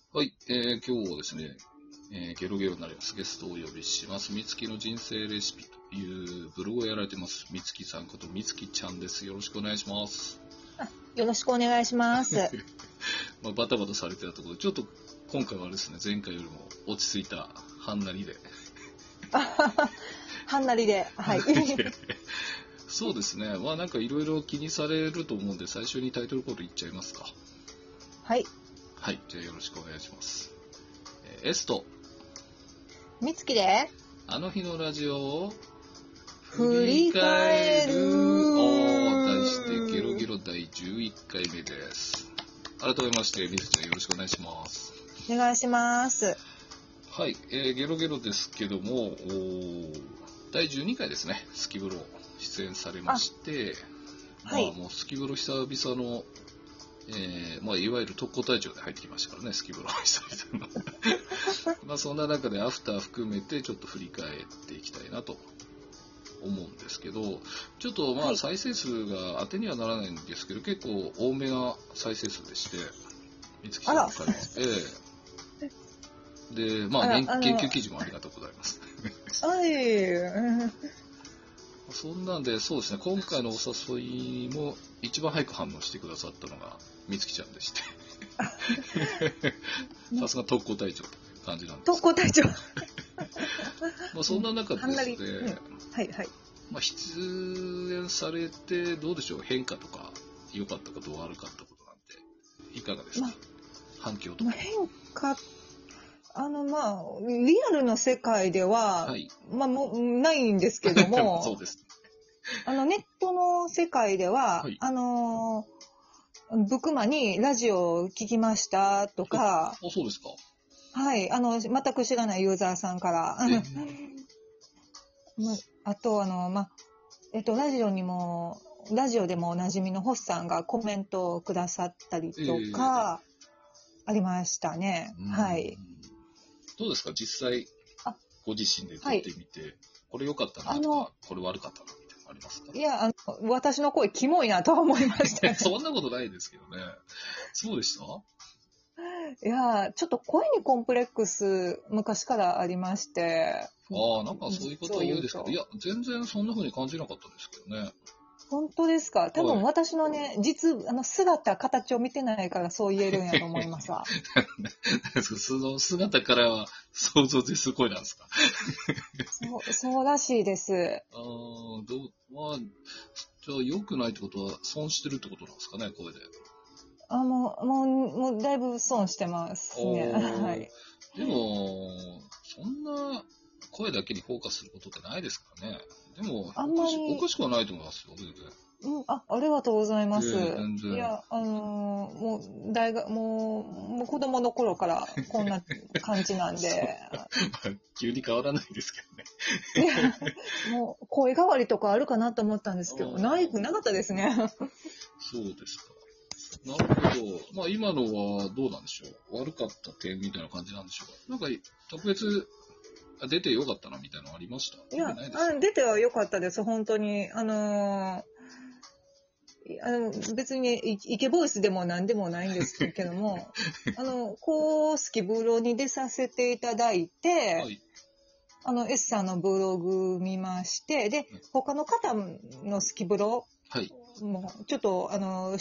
はい、今日はですね、ゲロゲロになります。ゲストをお呼びします。みつきの人生レシピというブログをやられてます。みつきさんことみつきちゃんです。よろしくお願いします。 よろしくお願いします。 バタバタされてたところで、ちょっと今回はですね、前回よりも落ち着いたはんなりで。 はんなりで、はい。 そうですね、なんかいろいろ気にされると思うんで、最初にタイトルコールいっちゃいますか。 はい。 はい、じゃあよろしくお願いします。エスト。 みつきで、 あの日のラジオを振り返る。 題してゲロゲロ第11回目です。改めまして、みつちゃんよろしくお願いします。 お願いします。 はい、ゲロゲロですけども、第12回ですね、スキブロ出演されまして、 はい。 もうスキブロ久々の、いわゆる特攻隊長で入ってきましたからね、スキブロ久々の。そんな中でアフター含めてちょっと振り返っていきたいなと思うんですけど、ちょっとはい再生数が当てにはならないんですけど、結構多めな再生数でして、みつきさんの回は。で、言及記事もありがとうございます。 はい。 そんなんで、そうですね、今回のお誘いも一番早く反応してくださったのがみつきちゃんでして。さすが特攻隊長って感じなんです。 特攻隊長。 そんな中でですね、 はいはい。 出演されてどうでしょう、変化とか良かったこと悪かったことなんていかがですか、反響とか。 変化、リアルの世界では、 はい、 もうないんですけども、 そうです。 ネットの世界では、 はい、 ブクマにラジオ聞きましたとか、 そうですか。 はい、全く知らないユーザーさんから、あと、ラジオでもおなじみのホッさんがコメントをくださったりとか、ありましたね。はい。 どうですか、実際、ご自身で撮ってみて、これ良かったなとか、これ悪かったなみたいなのありますか？ いや、私の声キモいなとは思いました、ね。 そんなことないですけどね。そうでした？ いや、ちょっと声にコンプレックス昔からありまして。 なんかそういうことを言うんですけど、いや、全然そんな風に感じなかったんですけどね。 本当ですか？多分私のね、姿、形を見てないからそう言えるんやと思いますわ。 その姿からは想像ですごいなんですか？ そうらしいです。 じゃあ良くないってことは損してるってことなんですかね、声で。 もうだいぶ損してますね。はい。 でも、そんな声だけにフォーカスすることってないですからね。でも、おかしくはないと思いますよ、全然。 ありがとうございます。 全然。 いや、もう子供の頃からこんな感じなんで。 急に変わらないですけどね。 いや、もう声変わりとかあるかなと思ったんですけど、なかったですね。 そうですか。なるほど。今のはどうなんでしょう。悪かった点みたいな感じなんでしょうか。なんか、特別、出てよかったなみたいなのありました？ いや、出てはよかったです、本当に。別にイケボイスでも何でもないんですけども、スキブロに出させていただいて、はい、S さんのブログ見まして、で、他の方のスキブロ、はい、もうちょっと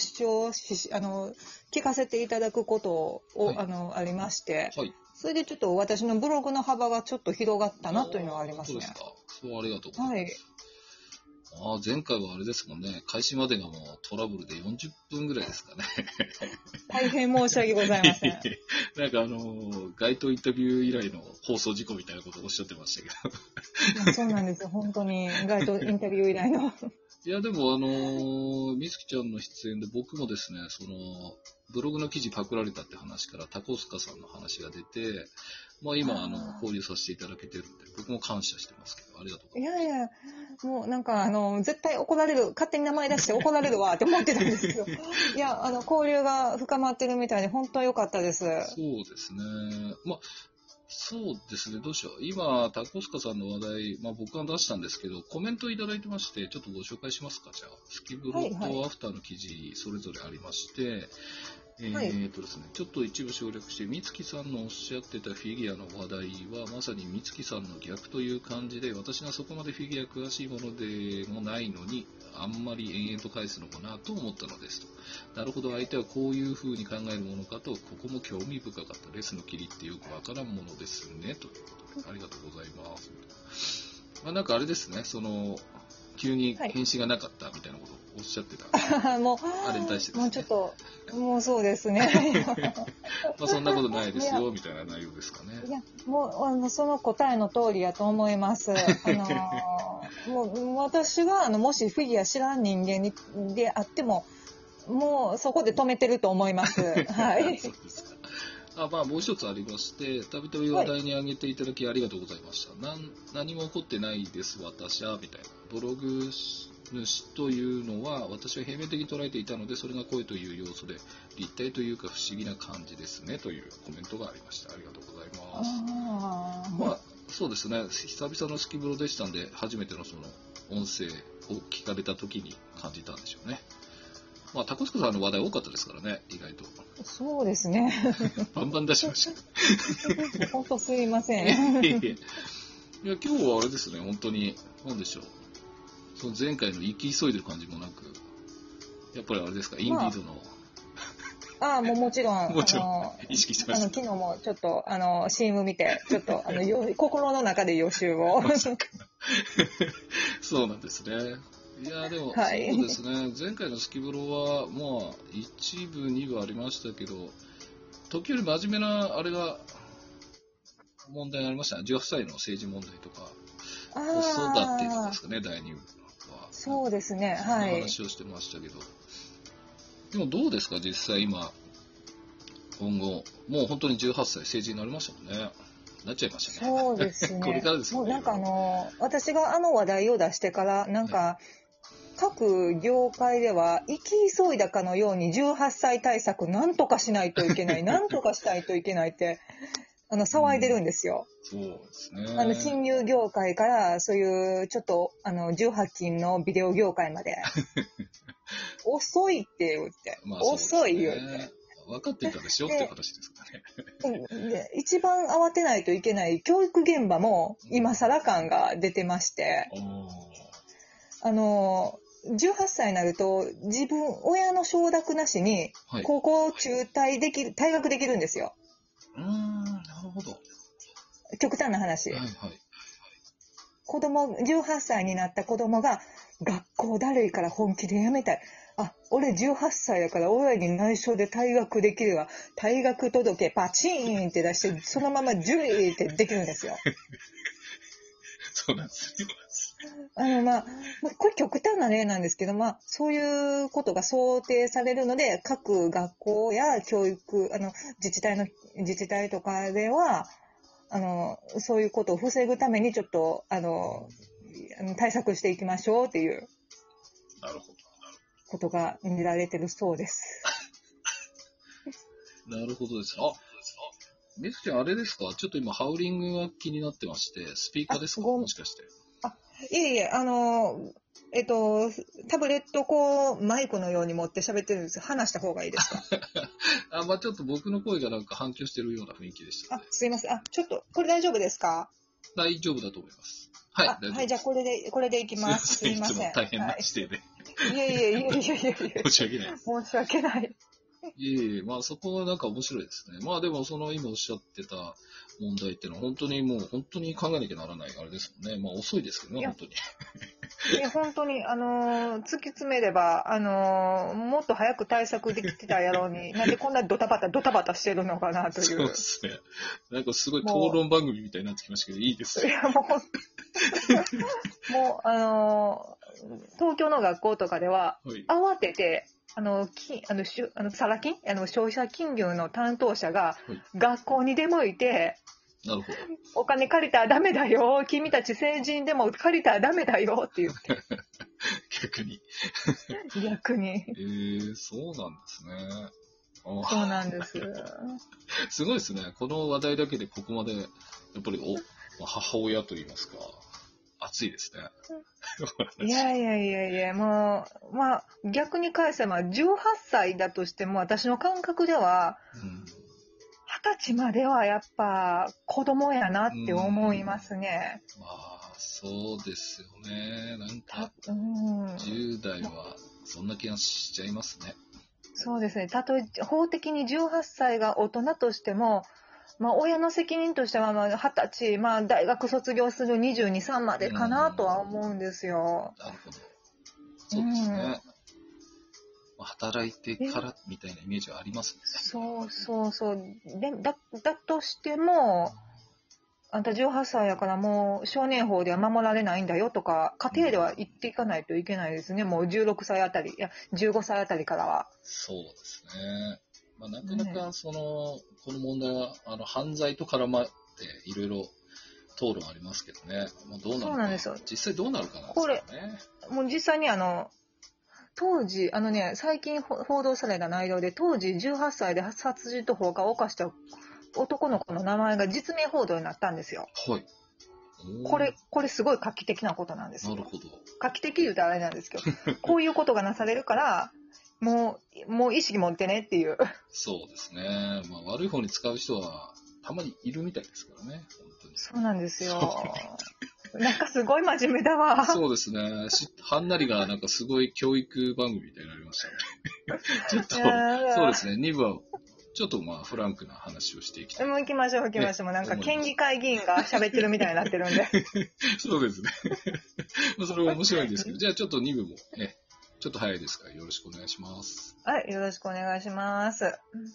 聞かせていただくことを、はい、ありまして、はい、それでちょっと私のブログの幅がちょっと広がったなというのはありますね。 そうですか。そう、ありがとうございます。はい、前回はあれですもんね、開始までがもうトラブルで40分ぐらいですかね。 大変申し訳ございません。 なんか街頭インタビュー以来の放送事故みたいなことをおっしゃってましたけど。そうなんですよ、本当に街頭インタビュー以来の。 いや、でもみつきちゃんの出演で僕もですね、ブログの記事パクられたって話から、タコスカさんの話が出て、今、交流させていただけてるんで、僕も感謝してますけど、ありがとうございます。 いや、もうなんか、絶対怒られる、勝手に名前出して怒られるわって思ってたんですけど、いや、交流が深まってるみたいで、本当良かったです。そうですね。そうですね、どうしよう。今、タコスカさんの話題、僕が出したんですけど、コメントいただいてまして、ちょっとご紹介しますか、じゃあ。スキブロとアフターの記事、それぞれありまして、 ですね、ちょっと一部省略して、美月さんのおっしゃってたフィギュアの話題は、まさに美月さんの逆という感じで、私がそこまでフィギュア詳しいものでもないのに、あんまり延々と返すのかなと思ったのですと。なるほど、相手はこういう風に考えるものかと、ここも興味深かったですの切りってよくわからんものですね、ということで、ありがとうございます。まあ、なんかあれですね、急に返信がなかったみたいなことをおっしゃってた、 もう、 あれに対してですね。 もうちょっと、もうそうですね。 まあそんなことないですよ、みたいな内容ですかね。 いや、もう、その答えの通りやと思います。もう、私は、もしフィギュア知らん人間であっても、もう、そこで止めてると思います。はい。 そうですか。まあ、もう一つありまして、たびたび話題に挙げていただきありがとうございました。何も起こってないです、私は、みたいな。ブログ主というのは、私は平面的に捉えていたので、それが声という要素で、立体というか不思議な感じですね、というコメントがありました。ありがとうございます。まあ、そうですね。久々のスキブロでしたんで、初めてのその音声を聞かれた時に感じたんでしょうね。まあ、タコスコさんの話題多かったですからね、意外と。 そうですね。 バンバン出しました。 本当すいません。 いや、今日はあれですね、本当に、なんでしょう。その前回の行き急いでる感じもなく、やっぱりあれですか、インディードの。 もうもちろん、 意識してました。 昨日もちょっと、CM 見て、ちょっと、心の中で予習を。 そうなんですね。いやでも、そうですね、前回のスキブロは、まあ、一部、二部ありましたけど、時より真面目な、あれが、問題がありましたね。18歳の政治問題とか、子育てとかですかね、第2部は。 そうですね、はい。 そんな話をしてましたけど。でもどうですか、実際今、今後、もう本当に18歳、成人になりましたもんね。なっちゃいましたね。 そうですね。 これからですよね。 もうなんか私が話題を出してから、なんか、各業界では、生き急いだかのように18歳対策なんとかしないといけない、なんとかしたいといけないって、騒いでるんですよ。 そうですね。 金融業界から、そういう、ちょっと、18禁のビデオ業界まで。遅いって言って。まあ、遅い言って。 分かってたでしょっていう話ですかね。 で一番慌てないといけない教育現場も今更感が出てまして、18歳になると親の承諾なしに高校中退できる、退学できるんですよ。 なるほど。 極端な話。18歳になった子供が学校だるいから本気でやめたい。俺18歳だから親に内緒で退学できるわ。退学届パチーンって出して、そのままジュリーってできるんですよ。 そうなんですよ。 これ極端な例なんですけど、そういうことが想定されるので、各学校や教育、自治体とかでは、そういうことを防ぐためにちょっと、対策していきましょうっていう。 なるほど。 ことが見られてるそうです。 なるほどです。みずちゃんあれですか？ちょっと今ハウリングが気になってまして、スピーカーですか？もしかして。 いえ、タブレットマイクのように持って喋ってるんです。話した方がいいですか？ ちょっと僕の声がなんか反響してるような雰囲気でした、ね。 すいません。ちょっと、これ大丈夫ですか？ 大丈夫だと思います。はい。 はい、じゃあこれでいきます。すいません。いつも大変な指定で。 いえ。 申し訳ないです。 申し訳ない。 いえ、そこはなんか面白いですね。でも今おっしゃってた問題っていうのは本当に考えなきゃならないあれですもんね。遅いですけどね、本当に。 いや、本当に、突き詰めれば、もっと早く対策できてたやろうに、なんでこんなドタバタしてるのかなという。 そうですね。なんかすごい討論番組みたいになってきましたけど、いいですよ。いや、もう、東京の学校とかでは、慌てて、サラ金消費者金融の担当者が学校に出向いて、 なるほど。 お金借りたらダメだよ。君たち成人でも借りたらダメだよって言って。 逆に。そうなんですね。 そうなんです。 すごいですね。この話題だけでここまで、やっぱり母親と言いますか、熱いですね。 いやいやいやいや、もう、まあ、逆に返せば、18歳だとしても、私の感覚では、20歳まではやっぱ子供やなって思いますね。 まあ、そうですよね。なんか、10代はそんな気がしちゃいますね。 そうですね。たとえ法的に18歳が大人としても、まあ、親の責任としては、まあ、20歳、まあ、大学卒業する22、3までかなとは思うんですよ。 なるほど。そうですね。働いてからみたいなイメージはありますね。 そうそうそう。で、だとしても、あんた18歳やからもう少年法では守られないんだよとか、家庭では言っていかないといけないですね。もう16歳あたり、いや、15歳あたりからは。 そうですね。まあ、なかなかこの問題は、犯罪と絡まっていろいろ討論ありますけどね。まあ、どうなるか。 そうなんですよ。 実際どうなるかなんですよね。 これ、もう実際に当時、最近報道された内容で、当時18歳で殺人と放火を犯した男の子の名前が実名報道になったんですよ。 はい。 これすごい画期的なことなんですよ。 なるほど。 画期的言うとあれなんですけど、こういうことがなされるから、もう意識持ってねっていう。 そうですね。まあ、悪い方に使う人はたまにいるみたいですからね。本当に。 そうなんですよ。なんかすごい真面目だわ。 そうですね。はんなりがなんかすごい教育番組みたいになりましたね。ちょっと、そうですね。2部は、ちょっとまあフランクな話をしていきたい。 もう行きましょう。なんか県議会議員が喋ってるみたいになってるんで。 そうですね。それも面白いんですけど、じゃあちょっと2部もね、ちょっと早いですからよろしくお願いします。 はい、よろしくお願いします。